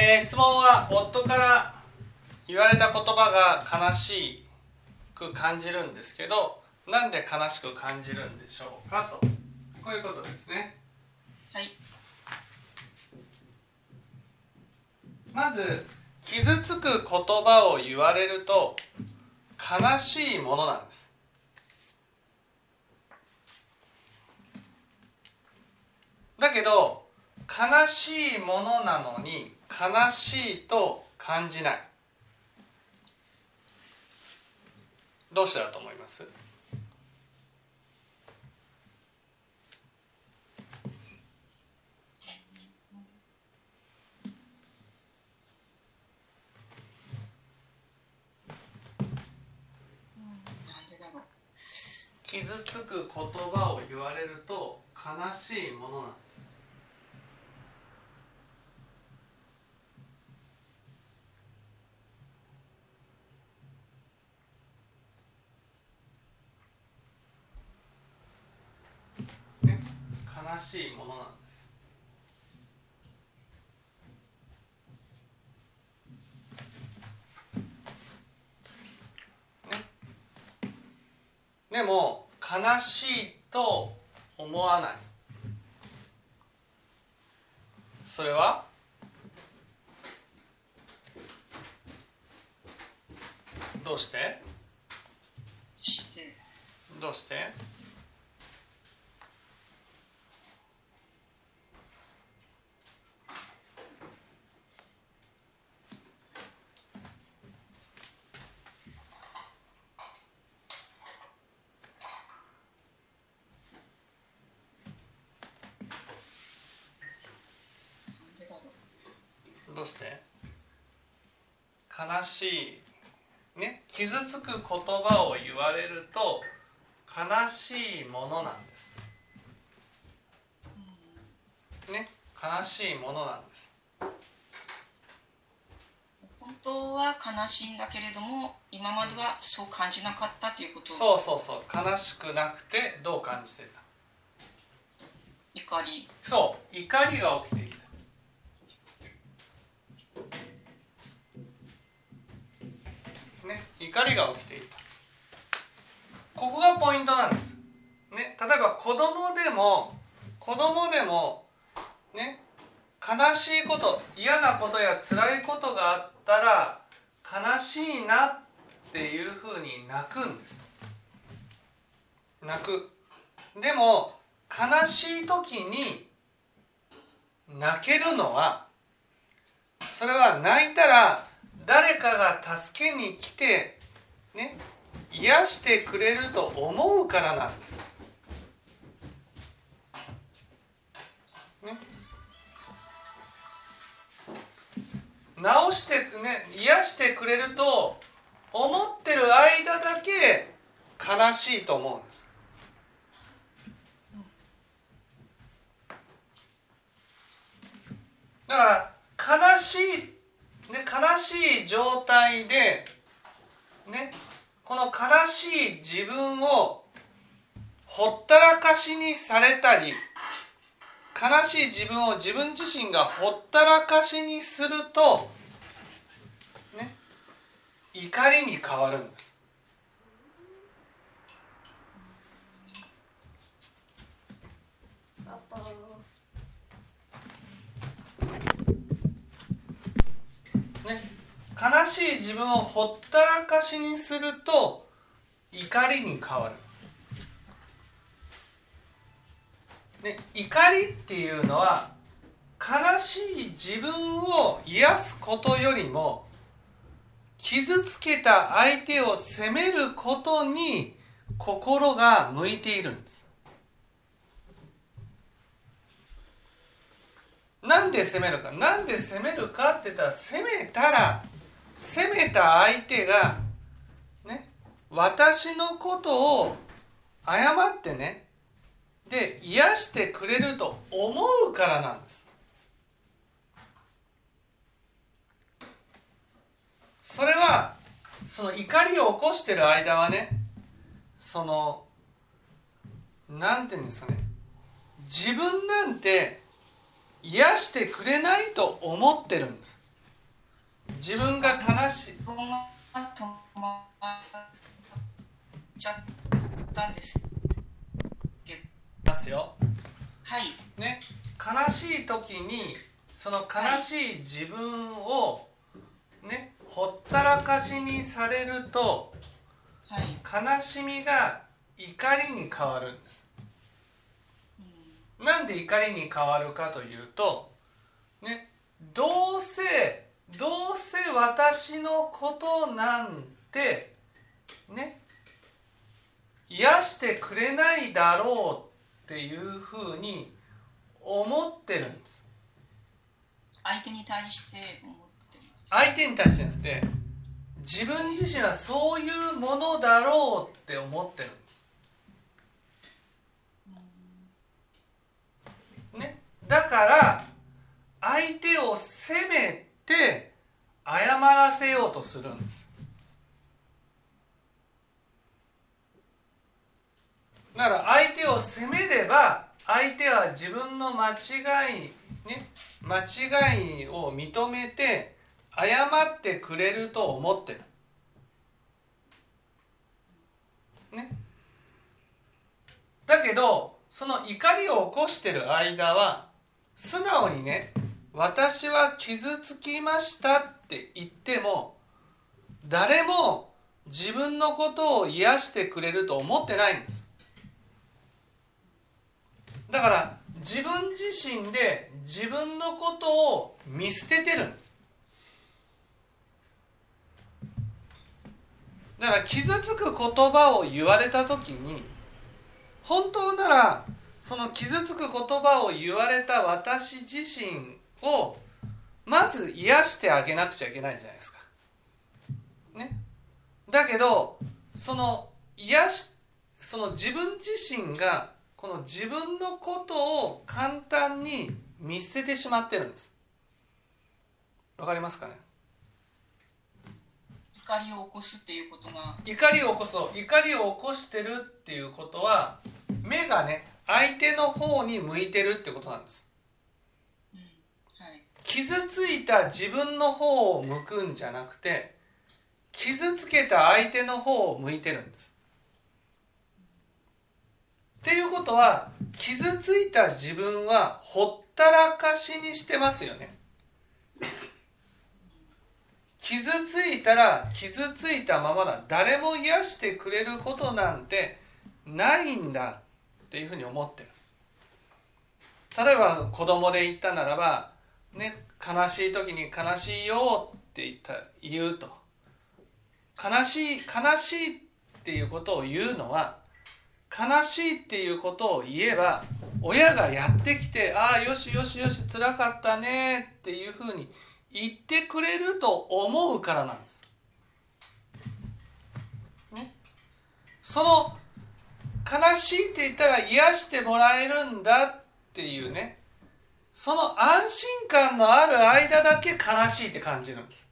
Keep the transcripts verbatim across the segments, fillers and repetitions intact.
えー、質問は夫から言われた言葉が悲しく感じるんですけど、なんで悲しく感じるんでしょうかと、こういうことですね。 はい。 まず傷つく言葉を言われると悲しいものなんです。だけど悲しいものなのに悲しいと感じない。どうしてだと思います？傷つく言葉を言われると悲しいものなんです。ね、悲しいものなんです。ね、でも悲しいと思わない。それはどうして？ してどうして？どうして？悲しい、ね、傷つく言葉を言われると悲しいものなんです。ね、悲しいものなんです。 本当は悲しいんだけれども、今まではそう感じなかったということ。 そうそうそう、悲しくなくてどう感じてた？ 怒り。 そう、怒りが起きていた。ね、怒りが起きていた。ここがポイントなんです。ね、例えば子供でも子供でもね、悲しいこと、嫌なことや辛いことがあったら悲しいなっていうふうに泣くんです。泣く。でも悲しい時に泣けるのは、それは泣いたら誰かが助けに来てね、癒してくれると思うからなんです。ね、治してね、癒してくれると思ってる間だけ悲しいと思うんです。だから悲しい、ね、悲しい状態でね、この悲しい自分をほったらかしにされたり、悲しい自分を自分自身がほったらかしにすると、ね、怒りに変わるんです。ね、悲しい自分をほったらかしにすると怒りに変わる。ね、怒りっていうのは悲しい自分を癒すことよりも傷つけた相手を責めることに心が向いているんです。なんで責めるか、なんで責めるかって言ったら、責めたら責めた相手がね、私のことを謝ってね、で癒してくれると思うからなんです。それはその怒りを起こしている間はね、そのなんていうんですかね、自分なんて癒してくれないと思ってるんです。 自分が悲しい自分が止まっちゃったんですけどますよ。 はいね、悲しい時にその悲しい自分をね、ほったらかしにされると、 はい、 悲しみが怒りに変わるんです。うん、なんで怒りに変わるかというと、ね、どうせどうせ私のことなんてね、癒してくれないだろうっていうふうに思ってるんです。 相手に対して思ってます。 相手に対してじゃなくて、自分自身はそういうものだろうって思ってるんです、ね、だから相手を責めて謝らせようとするんです。だから相手を責めれば相手は自分の間違い、ね、間違いを認めて謝ってくれると思ってる、ね、だけどその怒りを起こしてる間は素直にね、私は傷つきましたって言っても誰も自分のことを癒してくれると思ってないんです。だから自分自身で自分のことを見捨ててるんです。だから傷つく言葉を言われた時に、本当ならその傷つく言葉を言われた私自身をまず癒してあげなくちゃいけないじゃないですか、ね、だけどその癒しその自分自身がこの自分のことを簡単に見捨ててしまってるんです。わかりますかね。 怒りを起こすっていうことが、 怒りを起こす怒りを起こしてるっていうことは目がね、相手の方に向いてるってことなんです、 うんはい、 傷ついた自分の方を向くんじゃなくて傷つけた相手の方を向いてるんです。っていうことは傷ついた自分はほったらかしにしてますよね。傷ついたら傷ついたままだ、誰も癒してくれることなんてないんだっていうふうに思ってる。例えば子供で言ったならば、ね、悲しい時に悲しいよって言った言うと、悲しい悲しいっていうことを言うのは、悲しいっていうことを言えば親がやってきて、ああよしよしよし辛かったねっていうふうに言ってくれると思うからなんです、ね、その悲しいって言ったら癒してもらえるんだっていうね、その安心感のある間だけ悲しいって感じるんです。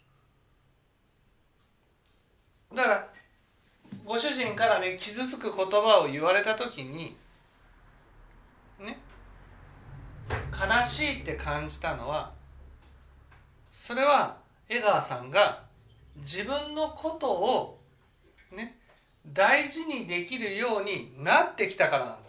だからご主人からね、傷つく言葉を言われた時にね、悲しいって感じたのは、それは江川さんが自分のことをね、大事にできるようになってきたからなんです。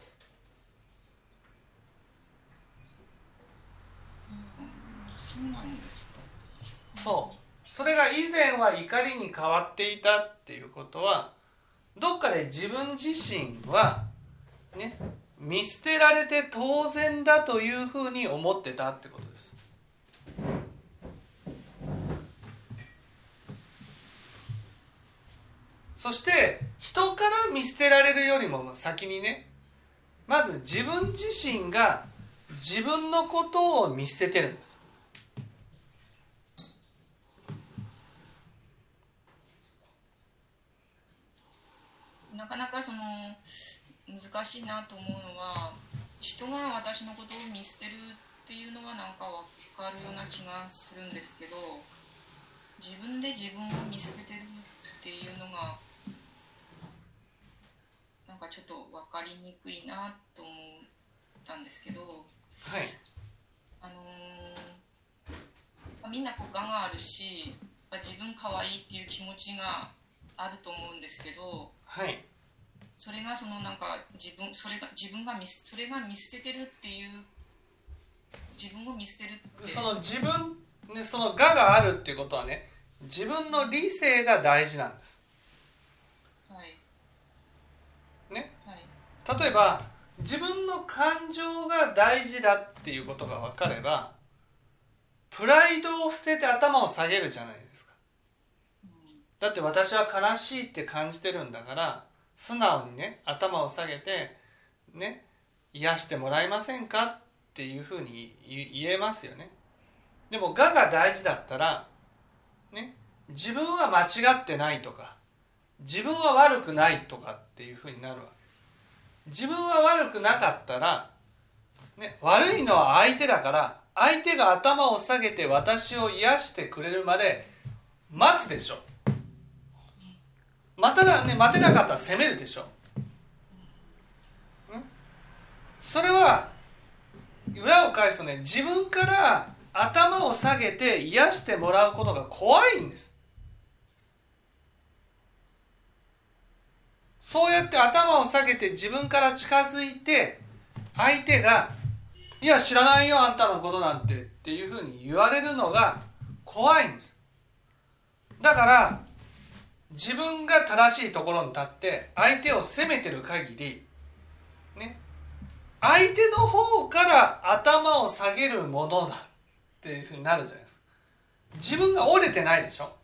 そうなんですか。 そう。それが以前は怒りに変わっていたっていうことは、どっかで自分自身はね、見捨てられて当然だというふうに思ってたってことです。そして人から見捨てられるよりも先にね、まず自分自身が自分のことを見捨ててるんです。 なかなかその難しいなと思うのは、人が私のことを見捨てるっていうのはなんか分かるような気がするんですけど、自分で自分を見捨ててるっていうのがなんかちょっと分かりにくいなと思ったんですけど、 はい、 あのー、 みんなこう我があるし、自分可愛いっていう気持ちがあると思うんですけど、 はい、 それがそのなんか自分それが自分が見それが見捨ててるっていう、自分を見捨てるって、 その自分、ね、その我があるっていうことはね、自分の理性が大事なんです。 はいね、 はい、 例えば自分の感情が大事だっていうことが分かれば、プライドを捨てて頭を下げるじゃないですか。だって私は悲しいって感じてるんだから、素直にね頭を下げてね、癒してもらえませんかっていうふうに言えますよね。でも我が大事だったらね、自分は間違ってないとか、自分は悪くないとかっていうふうになるわけ。自分は悪くなかったら、ね、悪いのは相手だから、相手が頭を下げて私を癒してくれるまで待つでしょ。まただね、待てなかったら責めるでしょ。んそれは裏を返すとね、自分から頭を下げて癒してもらうことが怖いんです。そうやって頭を下げて自分から近づいて、相手がいや知らないよあんたのことなんてっていうふうに言われるのが怖いんです。だから自分が正しいところに立って相手を責めてる限りね、相手の方から頭を下げるものだっていうふうになるじゃないですか。自分が折れてないでしょ、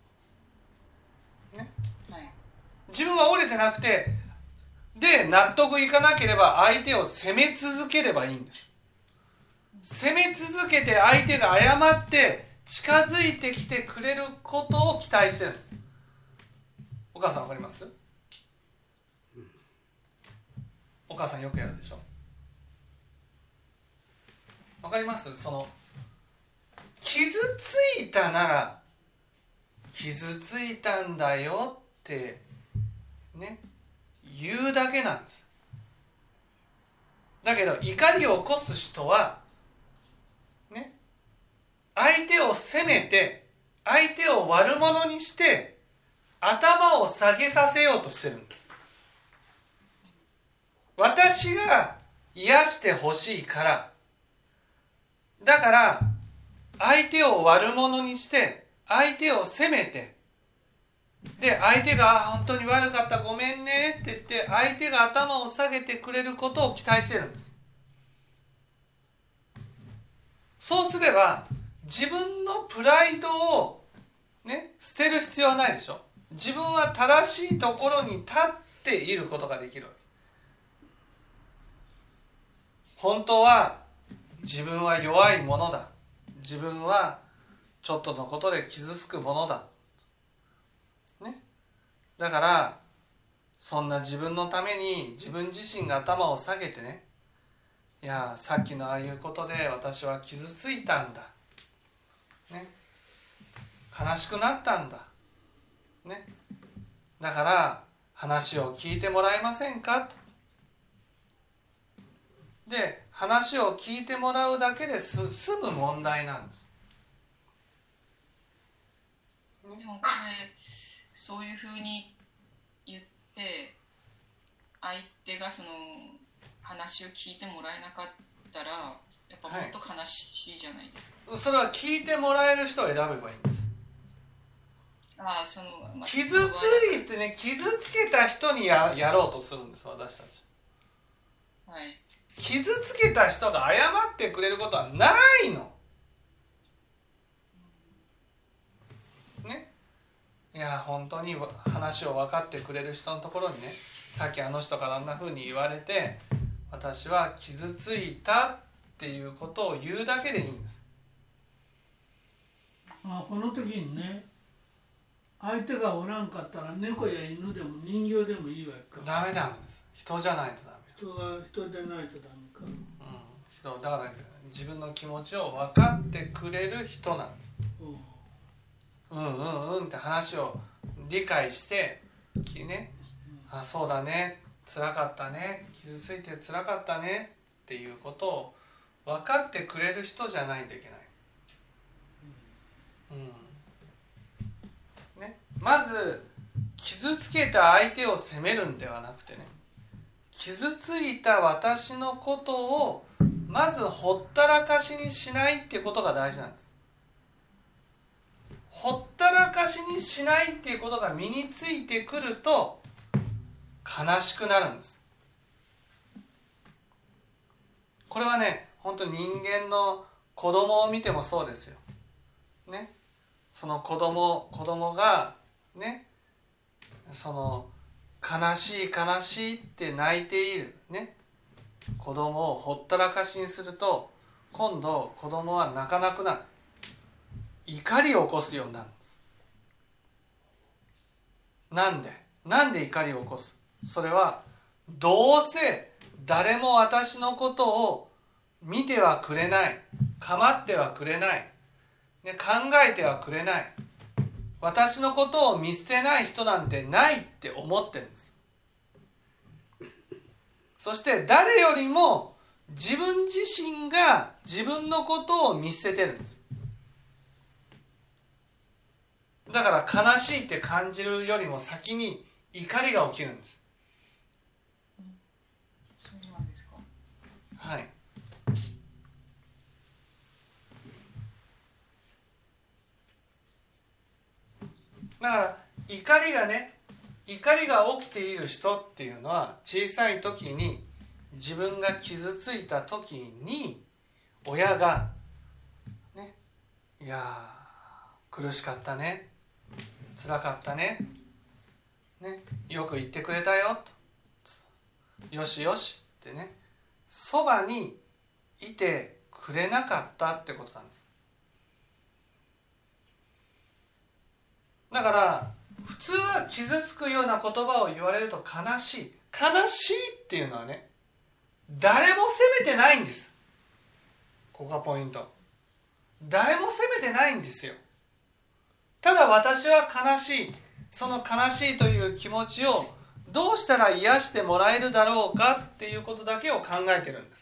ね、 はい、 自分が折れてなくて、で納得いかなければ相手を責め続ければいいんです。責め続けて相手が謝って近づいてきてくれることを期待してるんです。お母さんわかります？お母さんよくやるでしょ。わかります？その傷ついたなら傷ついたんだよってね言うだけなんです。だけど怒りを起こす人はね、相手を責めて相手を悪者にして頭を下げさせようとしてるんです。私が癒してほしいから、だから相手を悪者にして相手を責めて、で相手が本当に悪かったごめんねって言って相手が頭を下げてくれることを期待してるんです。そうすれば自分のプライドをね捨てる必要はないでしょ。自分は正しいところに立っていることができるわけ。本当は自分は弱いものだ、自分はちょっとのことで傷つくものだ、ね、だからそんな自分のために自分自身が頭を下げてね、いやさっきのああいうことで私は傷ついたんだ、ね、悲しくなったんだ、ね、だから話を聞いてもらえませんかと。で話を聞いてもらうだけで済む問題なんです。 でもこれそういうふうに言って相手がその話を聞いてもらえなかったらやっぱもっと悲しいじゃないですか、 はい、それは聞いてもらえる人を選べばいいんです。 ああその、まあ、 傷ついてね、傷つけた人に や, やろうとするんです、私たち。 はい、 傷つけた人が謝ってくれることはないの。ね、いや本当に話を分かってくれる人のところにね、さっきあの人からあんな風に言われて私は傷ついたっていうことを言うだけでいいんです。 あこの時にね、相手がおらんかったら猫や犬でも人形でもいいわけか。 ダメなんです。人じゃないとダメ。 人が人でないとダメか、うん、 人だから自分の気持ちを分かってくれる人なんです。うんうんうんって話を理解してね、あそうだね、辛かったね、傷ついて辛かったねっていうことを分かってくれる人じゃないといけない。 うんね、まず傷つけた相手を責めるんではなくてね、傷ついた私のことをまずほったらかしにしないっていうことが大事なんです。ほったらかしにしないっていうことが身についてくると悲しくなるんです。これはね、本当に人間の子供を見てもそうですよ。ね、その子供子供がね、その悲しい悲しいって泣いているね、子供をほったらかしにすると、今度子供は泣かなくなる。怒りを起こすようになるんです。なんでなんで怒りを起こす？それはどうせ誰も私のことを見てはくれない、構ってはくれない、ね、考えてはくれない、私のことを見捨てない人なんてないって思ってるんです。そして誰よりも自分自身が自分のことを見捨ててるんです。だから悲しいって感じるよりも先に怒りが起きるんです。 そうなんですか。 はい。だから怒りがね、怒りが起きている人っていうのは、小さい時に自分が傷ついた時に親がね、いや苦しかったね、辛かったね、ね、よく言ってくれたよと、よしよしってね、そばにいてくれなかったってことなんです。だから普通は傷つくような言葉を言われると悲しい。悲しいっていうのはね、誰も責めてないんです。ここがポイント。誰も責めてないんですよ。ただ私は悲しい。その悲しいという気持ちをどうしたら癒してもらえるだろうかっていうことだけを考えてるんです。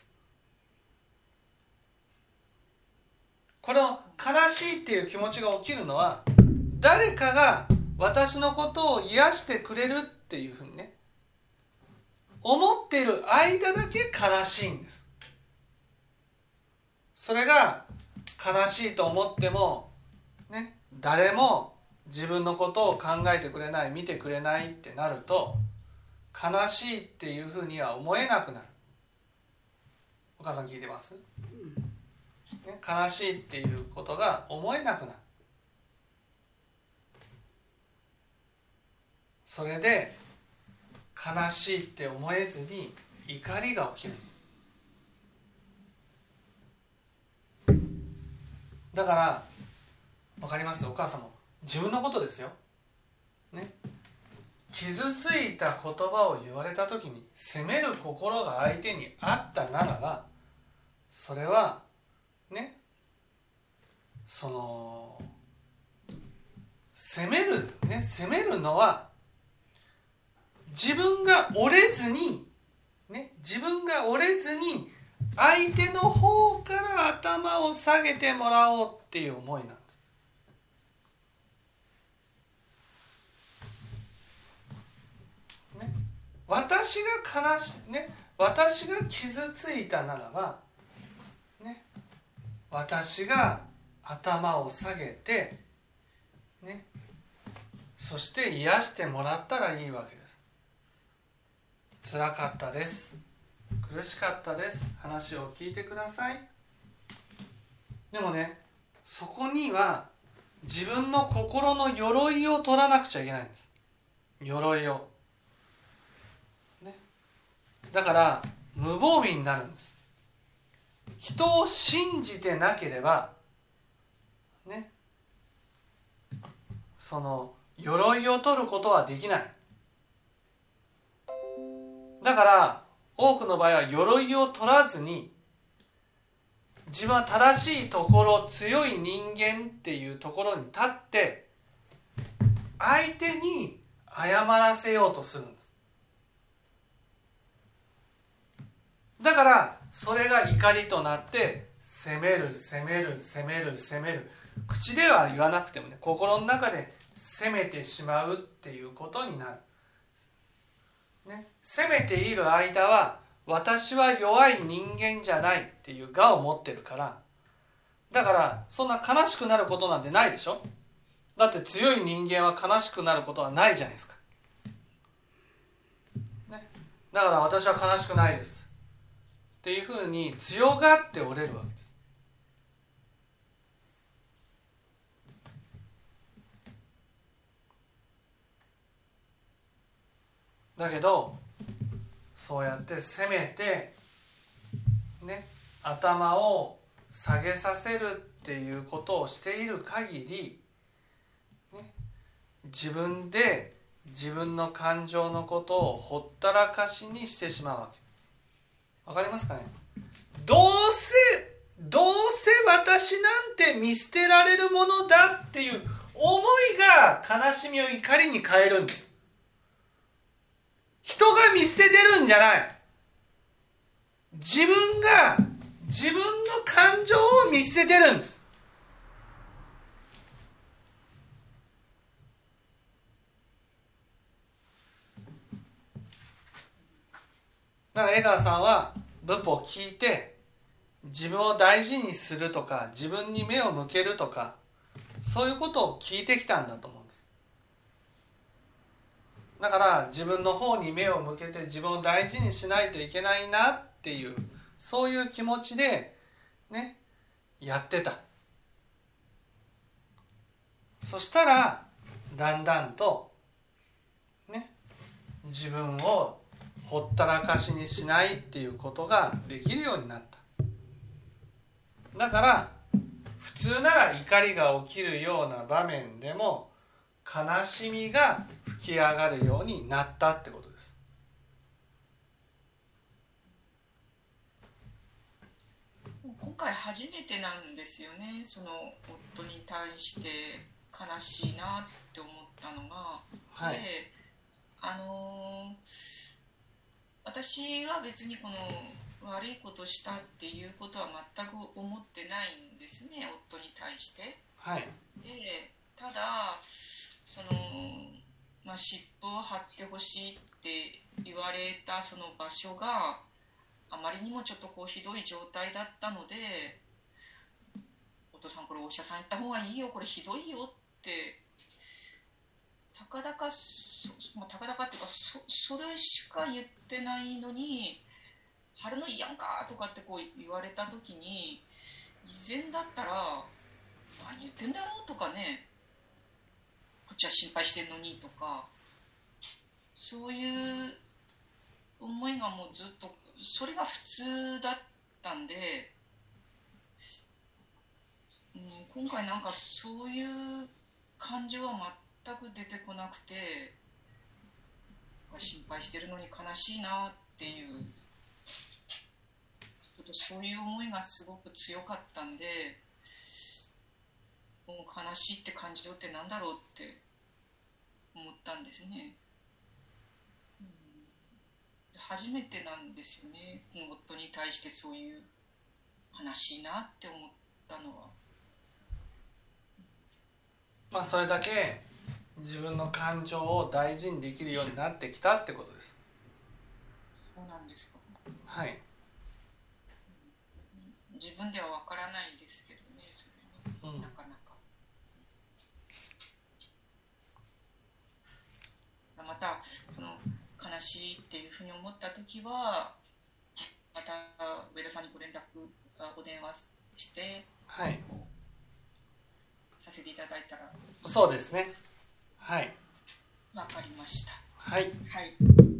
この悲しいっていう気持ちが起きるのは、誰かが私のことを癒してくれるっていうふうにね、思っている間だけ悲しいんです。それが悲しいと思ってもね、誰も自分のことを考えてくれない、見てくれないってなると、悲しいっていうふうには思えなくなる。お母さん聞いてます？ね、悲しいっていうことが思えなくなる。それで悲しいって思えずに怒りが起きるんです。だからわかります？お母さんも自分のことですよ、ね、傷ついた言葉を言われた時に責める心が相手にあったならば、それはね、その責めるね、責めるのは自分が折れずにね、自分が折れずに相手の方から頭を下げてもらおうっていう思いなんです。ね、私が悲しね、私が傷ついたならばね、私が頭を下げてね、そして癒してもらったらいいわけです。辛かったです、苦しかったです、話を聞いてください。でもね、そこには自分の心の鎧を取らなくちゃいけないんです。鎧を、ね、だから無防備になるんです。人を信じてなければね、その鎧を取ることはできない。だから多くの場合は鎧を取らずに、自分は正しいところ、強い人間っていうところに立って相手に謝らせようとするんです。だからそれが怒りとなって、責める責める責める責める、 口では言わなくてもね、心の中で責めてしまうっていうことになる、ね、責めている間は私は弱い人間じゃないっていう我を持ってるから、だからそんな悲しくなることなんてないでしょ。だって強い人間は悲しくなることはないじゃないですか、ね、だから私は悲しくないですっていうふうに強がっておれるわけです。だけどそうやって責めてね、頭を下げさせるっていうことをしている限り、ね、自分で自分の感情のことをほったらかしにしてしまうわけ。わかりますかね。どうせどうせ私なんて見捨てられるものだっていう思いが悲しみを怒りに変えるんです。人が見捨ててるんじゃない。自分が自分の感情を見捨ててるんです。だから江川さんは仏法を聞いて自分を大事にするとか自分に目を向けるとかそういうことを聞いてきたんだと思うんです。だから自分の方に目を向けて自分を大事にしないといけないなっていうそういう気持ちでねやってた。そしたらだんだんとね自分をほったらかしにしないっていうことができるようになった。だから普通なら怒りが起きるような場面でも悲しみが吹き上がるようになったってことです。 今回初めてなんですよね。その夫に対して悲しいなって思ったのが、 はい、 であの私は別にこの悪いことしたっていうことは全く思ってないんですね、夫に対して。 はい、 でただその、まあ、湿布を貼ってほしいって言われたその場所があまりにもちょっとこうひどい状態だったので、お父さんこれお医者さん行った方がいいよ、これひどいよってたかだかそ、まあ、たかだかっていうか そ, それしか言ってないのに貼るのいいやんかとかってこう言われた時に、以前だったら何言ってんだろうとかね、こっちは心配してんのにとか、そういう思いがもうずっとそれが普通だったんで、うん、今回なんかそういう感情は全く出てこなくて、心配してるのに悲しいなっていう、ちょっとそういう思いがすごく強かったんで、もう悲しいって感情ってなんだろうって思ったんですね。うん、初めてなんですよね、夫に対してそういう悲しいなって思ったのは。 まあそれだけ自分の感情を大事にできるようになってきたってことです。 そうなんですか。 はい。 自分ではわからないですけどね、それね、うん、なかなか。またその悲しいっていうふうに思った時はまた上田さんにご連絡お電話して、 はい、 させていただいたら。 そうですね。はい。 わかりました。 はい。 はい。